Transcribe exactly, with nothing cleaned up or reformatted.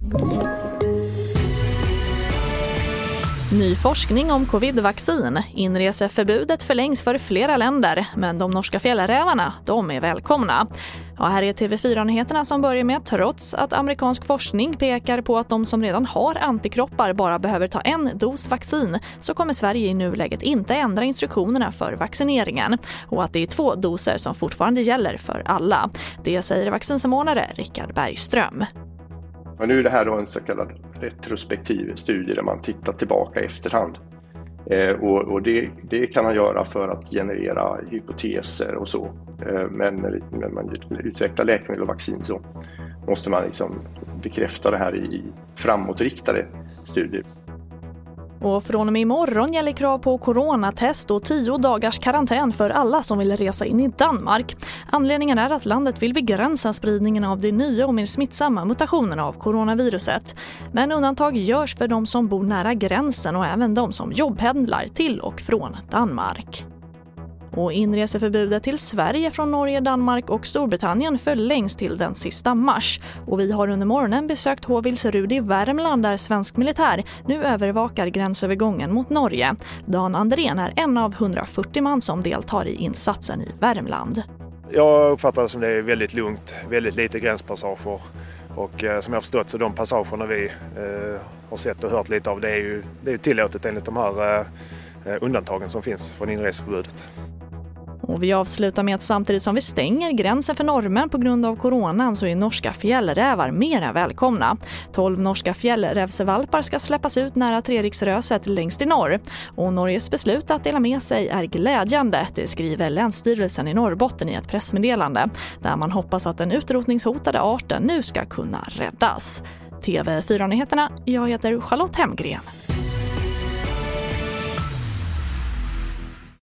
Ny forskning om covid-vaccin. Inreseförbudet förlängs för flera länder, men de norska fjällrävarna, de är välkomna. Ja, här är T V fyra-nyheterna som börjar med trots att amerikansk forskning pekar på att de som redan har antikroppar bara behöver ta en dos vaccin, så kommer Sverige i nuläget inte ändra instruktionerna för vaccineringen och att det är två doser som fortfarande gäller för alla. Det säger vaccinsamordnare Rickard Bergström. Och nu är det här då en så kallad retrospektiv studie där man tittar tillbaka i efterhand. Eh, och och det, det kan man göra för att generera hypoteser och så. Eh, men när man utvecklar läkemedel och vaccin så måste man liksom bekräfta det här i, i framåtriktade studier. Och från och med imorgon gäller krav på coronatest och tio dagars karantän för alla som vill resa in i Danmark. Anledningen är att landet vill begränsa spridningen av de nya och mer smittsamma mutationerna av coronaviruset. Men undantag görs för de som bor nära gränsen och även de som jobbpendlar till och från Danmark. Och inreseförbudet till Sverige från Norge, Danmark och Storbritannien förlängs till den sista mars. Och vi har under morgonen besökt Håvilsrud i Värmland där svensk militär nu övervakar gränsövergången mot Norge. Dan Andrén är en av hundrafyrtio man som deltar i insatsen i Värmland. Jag uppfattar det som det är väldigt lugnt, väldigt lite gränspassager. Och eh, som jag har förstått så de passagerna vi eh, har sett och hört lite av det är ju, det är ju tillåtet enligt de här eh, undantagen som finns från inreseförbudet. Och vi avslutar med att samtidigt som vi stänger gränsen för normen på grund av coronan så är norska fjällrävar mera välkomna. tolv norska fjällrävsvalpar ska släppas ut nära Treriksröset längst i norr. Och Norges beslut att dela med sig är glädjande, det skriver Länsstyrelsen i Norrbotten i ett pressmeddelande. Där man hoppas att den utrotningshotade arten nu ska kunna räddas. T V fyra-nyheterna, jag heter Charlotte Hemgren.